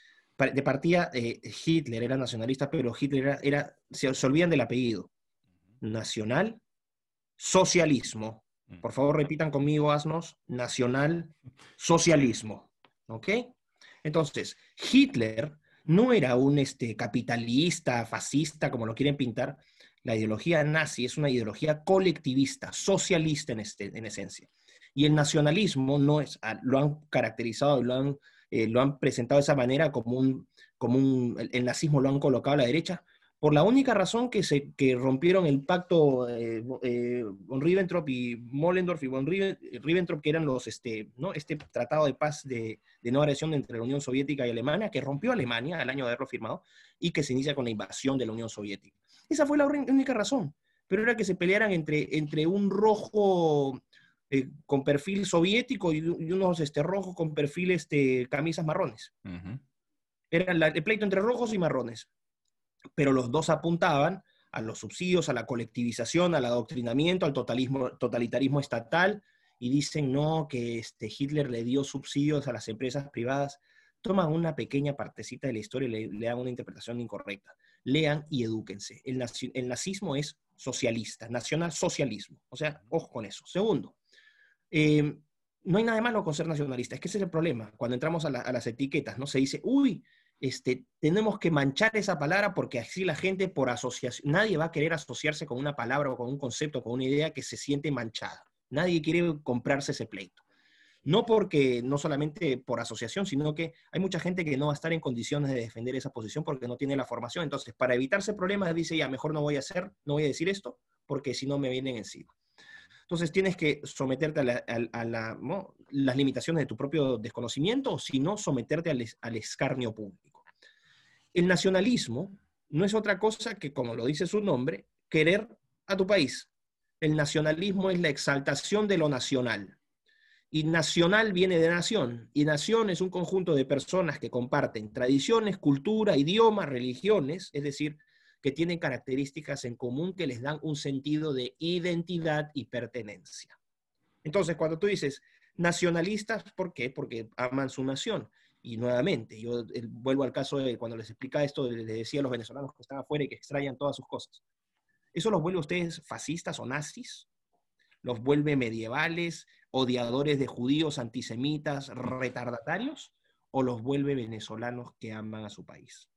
De partida, Hitler era nacionalista, pero Hitler se olvidan del apellido. Nacional, socialismo. Ujú. Por favor, repitan conmigo, asnos. Nacional, socialismo. ¿Ok? Entonces, Hitler no era un capitalista, fascista, como lo quieren pintar. La ideología nazi es una ideología colectivista, socialista en esencia. Y el nacionalismo no es, lo han caracterizado, lo han presentado de esa manera el nazismo lo han colocado a la derecha, por la única razón que rompieron el pacto von Ribbentrop y Mollendorf y von Ribbentrop, que eran ¿no? Este tratado de paz de no agresión entre la Unión Soviética y Alemania, que rompió Alemania al año de haberlo firmado y que se inicia con la invasión de la Unión Soviética. Esa fue la única razón, pero era que se pelearan entre un rojo con perfil soviético y unos rojos con perfil camisas marrones. Ujú. Era el pleito entre rojos y marrones, pero los dos apuntaban a los subsidios, a la colectivización, al adoctrinamiento, al totalitarismo estatal, y dicen no, que Hitler le dio subsidios a las empresas privadas. Toman una pequeña partecita de la historia y le dan una interpretación incorrecta. Lean y edúquense. El nazismo es socialista, nacional socialismo. O sea, ojo con eso. Segundo, eh, no hay nada de malo con ser nacionalista, es que ese es el problema. Cuando entramos a las etiquetas, ¿no? Se dice, uy, tenemos que manchar esa palabra porque así la gente por asociación, nadie va a querer asociarse con una palabra o con un concepto, con una idea que se siente manchada. Nadie quiere comprarse ese pleito. No porque, no solamente por asociación, sino que hay mucha gente que no va a estar en condiciones de defender esa posición porque no tiene la formación. Entonces, para evitarse problemas, dice, ya, mejor no voy a decir esto, porque si no me vienen encima. Entonces tienes que someterte ¿no? las limitaciones de tu propio desconocimiento, o si no, someterte al escarnio público. El nacionalismo no es otra cosa que, como lo dice su nombre, querer a tu país. El nacionalismo es la exaltación de lo nacional. Y nacional viene de nación. Y nación es un conjunto de personas que comparten tradiciones, cultura, idioma, religiones, es decir, que tienen características en común que les dan un sentido de identidad y pertenencia. Entonces, cuando tú dices nacionalistas, ¿por qué? Porque aman su nación. Y nuevamente, yo vuelvo al caso de cuando les explica esto, les decía a los venezolanos que están afuera y que extrañan todas sus cosas. ¿Eso los vuelve a ustedes fascistas o nazis? ¿Los vuelve medievales, odiadores de judíos, antisemitas, retardatarios? ¿O los vuelve venezolanos que aman a su país?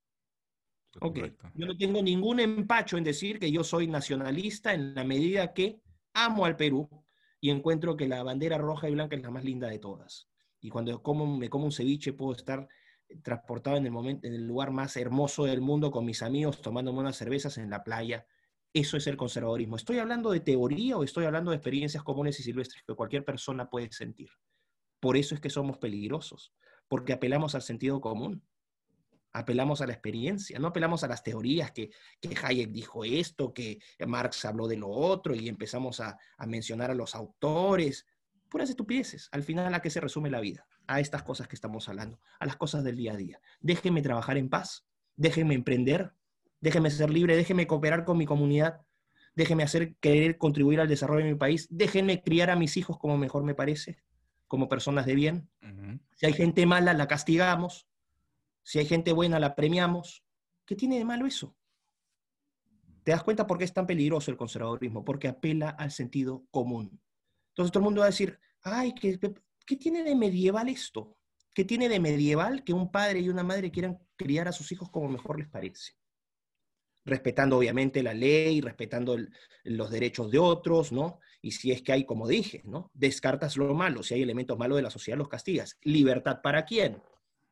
Es Ok, correcto. yo no tengo ningún empacho en decir que yo soy nacionalista en la medida que amo al Perú y encuentro que la bandera roja y blanca es la más linda de todas. Y cuando me como un ceviche puedo estar transportado en el lugar más hermoso del mundo con mis amigos tomándome unas cervezas en la playa. Eso es el conservadurismo. ¿Estoy hablando de teoría o estoy hablando de experiencias comunes y silvestres que cualquier persona puede sentir? Por eso es que somos peligrosos, porque apelamos al sentido común, apelamos a la experiencia, no apelamos a las teorías que Hayek dijo esto, que Marx habló de lo otro, y empezamos a mencionar a los autores. Puras estupideces. Al final, ¿a qué se resume la vida? A estas cosas que estamos hablando, a las cosas del día a día. Déjenme trabajar en paz, déjenme emprender, déjenme ser libre, déjenme cooperar con mi comunidad, déjenme querer contribuir al desarrollo de mi país, déjenme criar a mis hijos como mejor me parece, como personas de bien. Si hay gente mala, la castigamos. Si hay gente buena, la premiamos. ¿Qué tiene de malo eso? ¿Te das cuenta por qué es tan peligroso el conservadurismo? Porque apela al sentido común. Entonces todo el mundo va a decir, ay, ¿qué tiene de medieval esto? ¿Qué tiene de medieval que un padre y una madre quieran criar a sus hijos como mejor les parece? Respetando obviamente la ley, respetando los derechos de otros, ¿no? Y si es que hay, como dije, ¿no? Descartas lo malo, si hay elementos malos de la sociedad, los castigas. ¿Libertad para quién?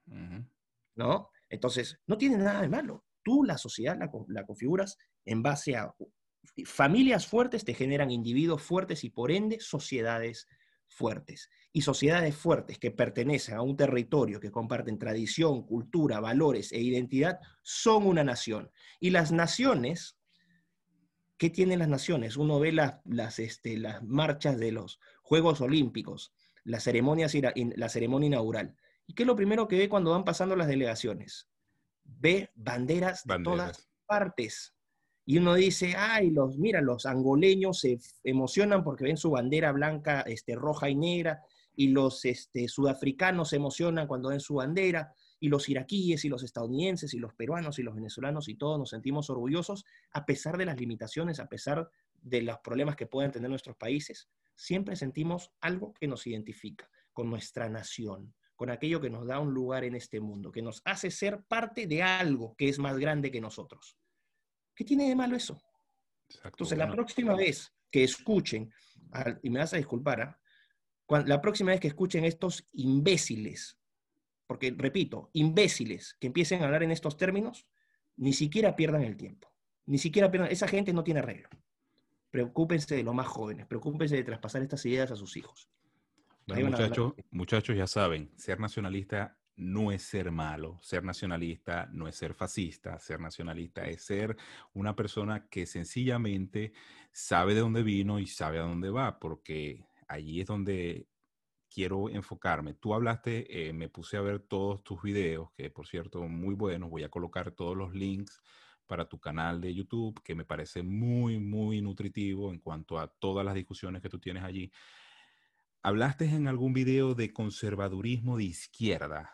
¿No? Entonces, no tiene nada de malo. Tú la sociedad la configuras en base a familias fuertes, te generan individuos fuertes y por ende sociedades fuertes. Y sociedades fuertes que pertenecen a un territorio, que comparten tradición, cultura, valores e identidad, son una nación. Y las naciones, ¿qué tienen las naciones? Uno ve las marchas de los Juegos Olímpicos, la ceremonia inaugural. ¿Y qué es lo primero que ve cuando van pasando las delegaciones? Ve banderas de todas partes. Y uno dice, ay, mira, los angoleños se emocionan porque ven su bandera blanca, roja y negra, y los sudafricanos se emocionan cuando ven su bandera, y los iraquíes, y los estadounidenses, y los peruanos, y los venezolanos, y todos nos sentimos orgullosos, a pesar de las limitaciones, a pesar de los problemas que puedan tener nuestros países, siempre sentimos algo que nos identifica con nuestra nación, con aquello que nos da un lugar en este mundo, que nos hace ser parte de algo que es más grande que nosotros. ¿Qué tiene de malo eso? Exacto, entonces, la próxima vez que escuchen, y me vas a disculpar, la próxima vez que escuchen estos imbéciles, porque repito, imbéciles que empiecen a hablar en estos términos, ni siquiera pierdan el tiempo. Ni siquiera pierdan, esa gente no tiene arreglo. Preocúpense de los más jóvenes, preocúpense de traspasar estas ideas a sus hijos. Bueno, muchachos, ya saben, ser nacionalista no es ser malo, ser nacionalista no es ser fascista, ser nacionalista es ser una persona que sencillamente sabe de dónde vino y sabe a dónde va, porque allí es donde quiero enfocarme. Tú hablaste, me puse a ver todos tus videos, que por cierto, muy buenos. Voy a colocar todos los links para tu canal de YouTube, que me parece muy, muy nutritivo en cuanto a todas las discusiones que tú tienes allí. Hablaste en algún video de conservadurismo de izquierda.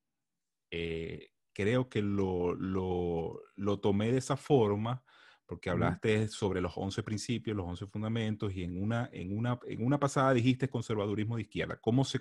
Creo que lo tomé de esa forma porque hablaste sobre los 11 principios, los 11 fundamentos y en una pasada dijiste conservadurismo de izquierda.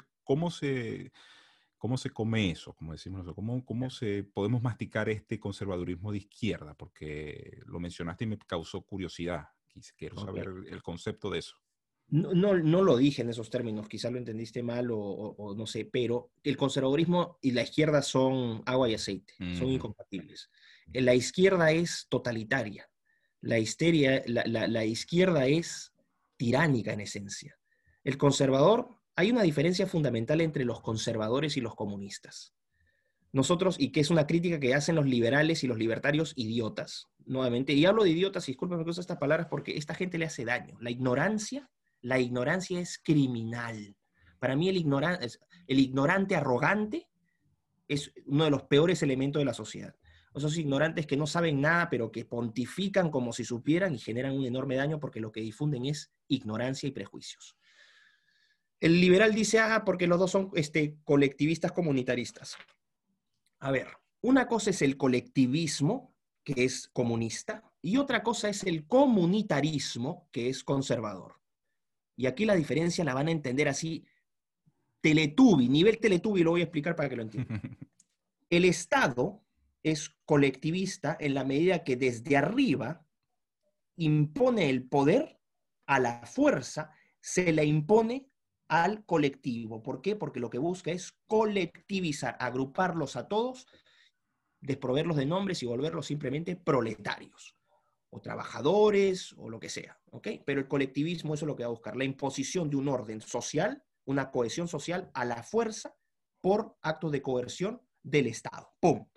¿Cómo se come eso? Como decimos nosotros, ¿cómo podemos masticar este conservadurismo de izquierda? Porque lo mencionaste y me causó curiosidad. Quiero saber el concepto de eso. No lo dije en esos términos, quizás lo entendiste mal o no sé, pero el conservadurismo y la izquierda son agua y aceite, son incompatibles. La izquierda es totalitaria, la izquierda es tiránica en esencia. El conservador, hay una diferencia fundamental entre los conservadores y los comunistas. Nosotros, y que es una crítica que hacen los liberales y los libertarios idiotas, nuevamente, y hablo de idiotas, y discúlpame que uso estas palabras porque esta gente le hace daño. La ignorancia es criminal. Para mí el ignorante arrogante es uno de los peores elementos de la sociedad. Esos ignorantes que no saben nada, pero que pontifican como si supieran y generan un enorme daño porque lo que difunden es ignorancia y prejuicios. El liberal dice, porque los dos son colectivistas comunitaristas. A ver, una cosa es el colectivismo, que es comunista, y otra cosa es el comunitarismo, que es conservador. Y aquí la diferencia la van a entender así, nivel Teletubby, lo voy a explicar para que lo entiendan. El Estado es colectivista en la medida que desde arriba impone el poder a la fuerza, se le impone al colectivo. ¿Por qué? Porque lo que busca es colectivizar, agruparlos a todos, desproverlos de nombres y volverlos simplemente proletarios, o trabajadores, o lo que sea, ¿ok? Pero el colectivismo eso es lo que va a buscar, la imposición de un orden social una cohesión social a la fuerza por actos de coerción del Estado. ¡Pum!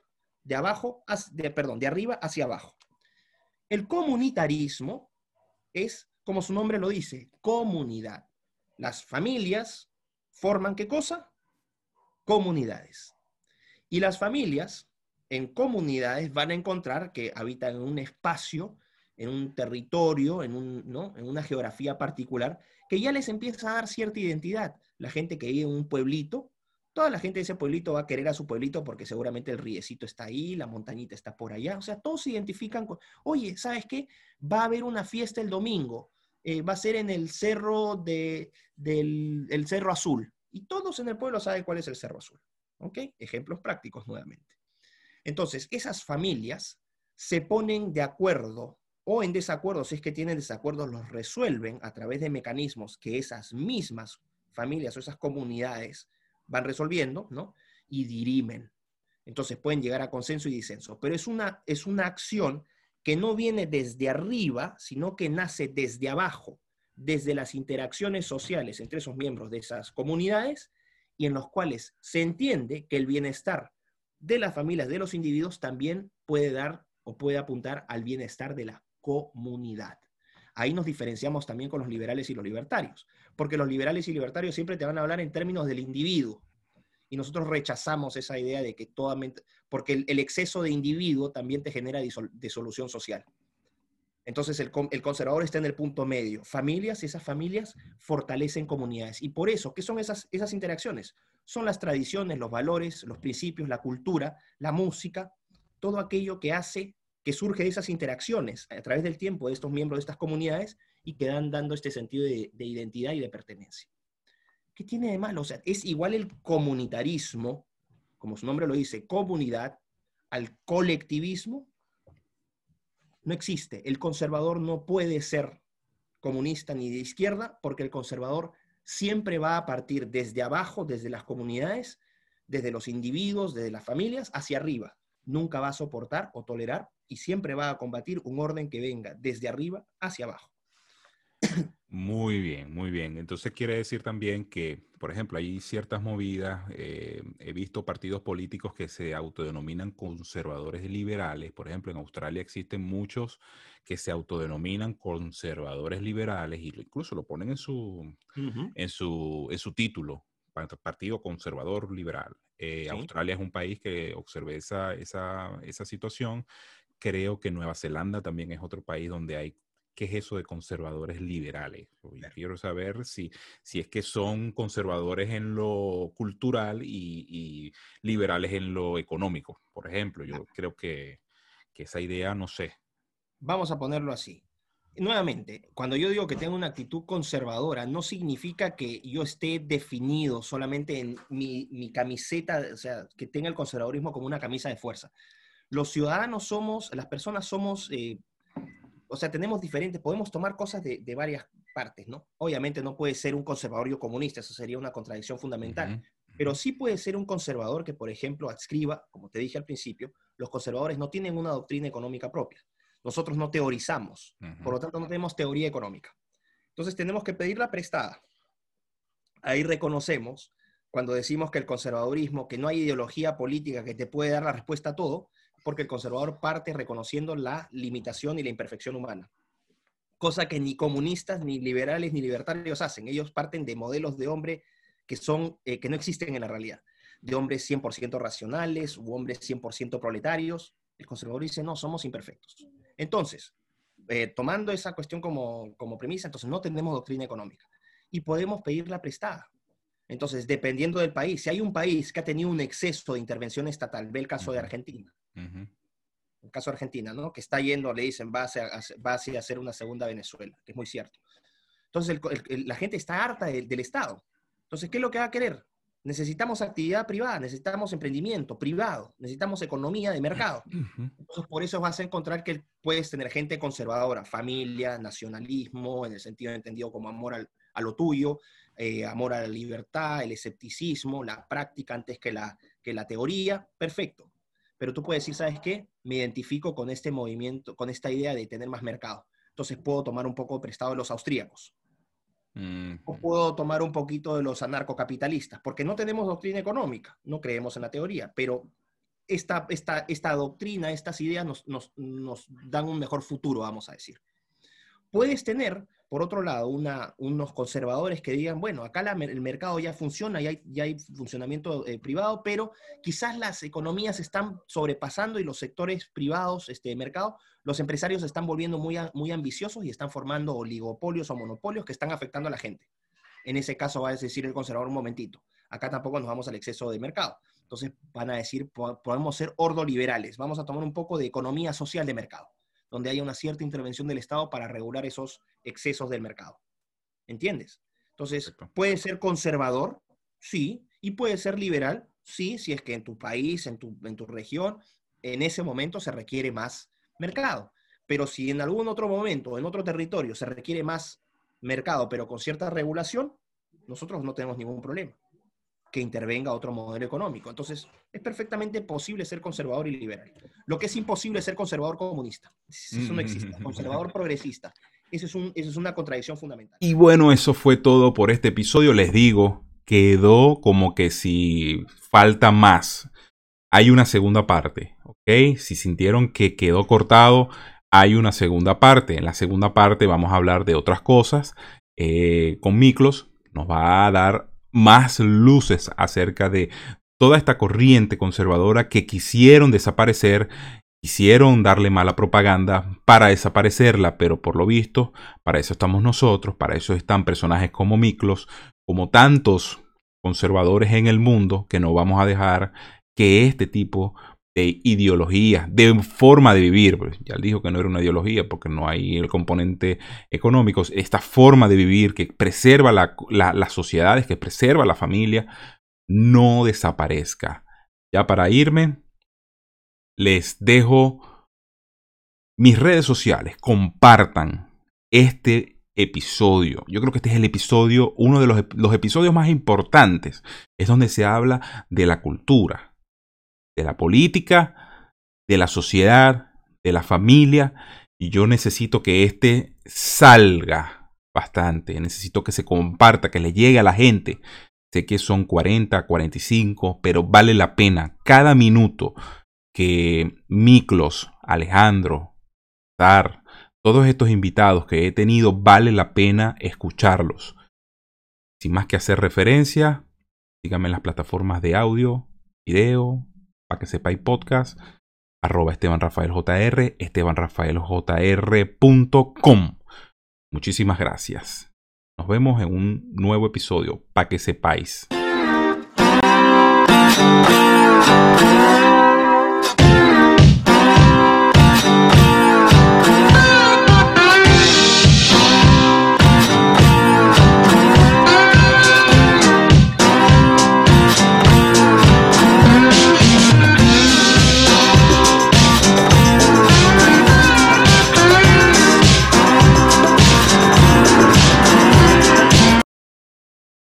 De arriba hacia abajo. El comunitarismo es, como su nombre lo dice, comunidad. Las familias forman ¿qué cosa? Comunidades. Y las familias en comunidades van a encontrar que habitan en un espacio, en un territorio, ¿no? En una geografía particular, que ya les empieza a dar cierta identidad. La gente que vive en un pueblito, toda la gente de ese pueblito va a querer a su pueblito porque seguramente el riecito está ahí, la montañita está por allá. O sea, todos se identifican con, oye, ¿sabes qué? Va a haber una fiesta el domingo. Va a ser en el cerro el Cerro Azul. Y todos en el pueblo saben cuál es el Cerro Azul. ¿Ok? Ejemplos prácticos nuevamente. Entonces, esas familias se ponen de acuerdo o en desacuerdo, si es que tienen desacuerdos, los resuelven a través de mecanismos que esas mismas familias o esas comunidades van resolviendo, ¿no? Y dirimen. Entonces pueden llegar a consenso y disenso, pero es una acción que no viene desde arriba, sino que nace desde abajo, desde las interacciones sociales entre esos miembros de esas comunidades y en los cuales se entiende que el bienestar de las familias, de los individuos, también puede dar o puede apuntar al bienestar de la comunidad. Ahí nos diferenciamos también con los liberales y los libertarios, porque los liberales y libertarios siempre te van a hablar en términos del individuo, y nosotros rechazamos esa idea de que porque el exceso de individuo también te genera disolución social. Entonces el conservador está en el punto medio. Familias, y esas familias fortalecen comunidades. Y por eso, ¿qué son esas interacciones? Son las tradiciones, los valores, los principios, la cultura, la música, todo aquello que hace, que surge de esas interacciones a través del tiempo de estos miembros de estas comunidades y que dan dando este sentido de identidad y de pertenencia. ¿Qué tiene de malo? O sea, es igual el comunitarismo, como su nombre lo dice, comunidad, al colectivismo. No existe. El conservador no puede ser comunista ni de izquierda porque el conservador siempre va a partir desde abajo, desde las comunidades, desde los individuos, desde las familias, hacia arriba. Nunca va a soportar o tolerar y siempre va a combatir un orden que venga desde arriba hacia abajo. Muy bien, muy bien. Entonces quiere decir también que, por ejemplo, hay ciertas movidas, he visto partidos políticos que se autodenominan conservadores liberales. Por ejemplo, en Australia existen muchos que se autodenominan conservadores liberales y incluso lo ponen en su título, Partido Conservador Liberal. Sí. Australia es un país que observé esa situación. Creo que Nueva Zelanda también es otro país donde hay. ¿Qué es eso de conservadores liberales? Y quiero saber si es que son conservadores en lo cultural y liberales en lo económico. Por ejemplo, yo creo que esa idea, no sé. Vamos a ponerlo así. Nuevamente, cuando yo digo que tengo una actitud conservadora, no significa que yo esté definido solamente en mi camiseta, o sea, que tenga el conservadurismo como una camisa de fuerza. Los ciudadanos somos, las personas somos, o sea, tenemos diferentes, podemos tomar cosas de varias partes, ¿no? Obviamente no puede ser un conservador y un comunista, eso sería una contradicción fundamental, Ujú, pero ujú, sí puede ser un conservador que, por ejemplo, adscriba, como te dije al principio, los conservadores no tienen una doctrina económica propia. Nosotros no teorizamos, por ujú. lo tanto no tenemos teoría económica. Entonces tenemos que pedirla prestada. Ahí reconocemos, cuando decimos que el conservadurismo, que no hay ideología política que te puede dar la respuesta a todo, porque el conservador parte reconociendo la limitación y la imperfección humana, cosa que ni comunistas, ni liberales, ni libertarios hacen. Ellos parten de modelos de hombre que no existen en la realidad, de hombres 100% racionales u hombres 100% proletarios. El conservador dice, no, somos imperfectos. Entonces, tomando esa cuestión como premisa, entonces no tenemos doctrina económica y podemos pedirla prestada. Entonces, dependiendo del país, si hay un país que ha tenido un exceso de intervención estatal, ve el caso de Ujú, Argentina, ujú. el caso de Argentina, ¿no? Que está yendo, le dicen, va hacia hacer una segunda Venezuela, que es muy cierto. Entonces, la gente está harta del Estado. Entonces, ¿qué es lo que va a querer? Necesitamos actividad privada, necesitamos emprendimiento privado, necesitamos economía de mercado. Ujú. Entonces, por eso vas a encontrar que puedes tener gente conservadora, familia, nacionalismo, en el sentido entendido como amor a lo tuyo, amor a la libertad, el escepticismo, la práctica antes que la teoría, perfecto. Pero tú puedes decir, ¿sabes qué? Me identifico con este movimiento, con esta idea de tener más mercado. Entonces puedo tomar un poco prestado de los austríacos. O puedo tomar un poquito de los anarcocapitalistas, porque no tenemos doctrina económica, no creemos en la teoría, pero esta doctrina, estas ideas nos dan un mejor futuro, vamos a decir. Puedes tener, por otro lado, unos conservadores que digan, bueno, acá el mercado ya funciona, ya hay funcionamiento privado, pero quizás las economías están sobrepasando y los sectores privados de mercado, los empresarios se están volviendo muy ambiciosos y están formando oligopolios o monopolios que están afectando a la gente. En ese caso va a decir el conservador, un momentito, acá tampoco nos vamos al exceso de mercado. Entonces van a decir, podemos ser ordoliberales, vamos a tomar un poco de economía social de mercado, donde haya una cierta intervención del Estado para regular esos excesos del mercado. ¿Entiendes? Entonces, ¿puede ser conservador? Sí. ¿Y puede ser liberal? Sí, si es que en tu país, en tu región, en ese momento se requiere más mercado. Pero si en algún otro momento, en otro territorio, se requiere más mercado, pero con cierta regulación, nosotros no tenemos ningún problema que intervenga otro modelo económico. Entonces, es perfectamente posible ser conservador y liberal. Lo que es imposible es ser conservador comunista. Eso no existe. Conservador progresista. Eso es una contradicción fundamental. Y bueno, eso fue todo por este episodio. Les digo, quedó como que si falta más. Hay una segunda parte, ¿ok? Si sintieron que quedó cortado, hay una segunda parte. En la segunda parte vamos a hablar de otras cosas. Con Miklos nos va a dar más luces acerca de toda esta corriente conservadora que quisieron desaparecer, quisieron darle mala propaganda para desaparecerla, pero por lo visto, para eso estamos nosotros, para eso están personajes como Miklos, como tantos conservadores en el mundo, que no vamos a dejar que este tipo de ideología, de forma de vivir, pues ya él dijo que no era una ideología porque no hay el componente económico, esta forma de vivir que preserva las sociedades, que preserva la familia, no desaparezca. Ya para irme, les dejo mis redes sociales, compartan este episodio. Yo creo que este es el episodio, uno de los episodios más importantes, es donde se habla de la cultura, de la política, de la sociedad, de la familia, y yo necesito que este salga bastante, necesito que se comparta, que le llegue a la gente. Sé que son 40, 45, pero vale la pena cada minuto que Miklos, Alejandro, Tar, todos estos invitados que he tenido, vale la pena escucharlos. Sin más que hacer referencia, síganme en las plataformas de audio, video, para que sepáis podcast, @EstebanRafaelJR, estebanrafaeljr.com. Muchísimas gracias. Nos vemos en un nuevo episodio, para que sepáis.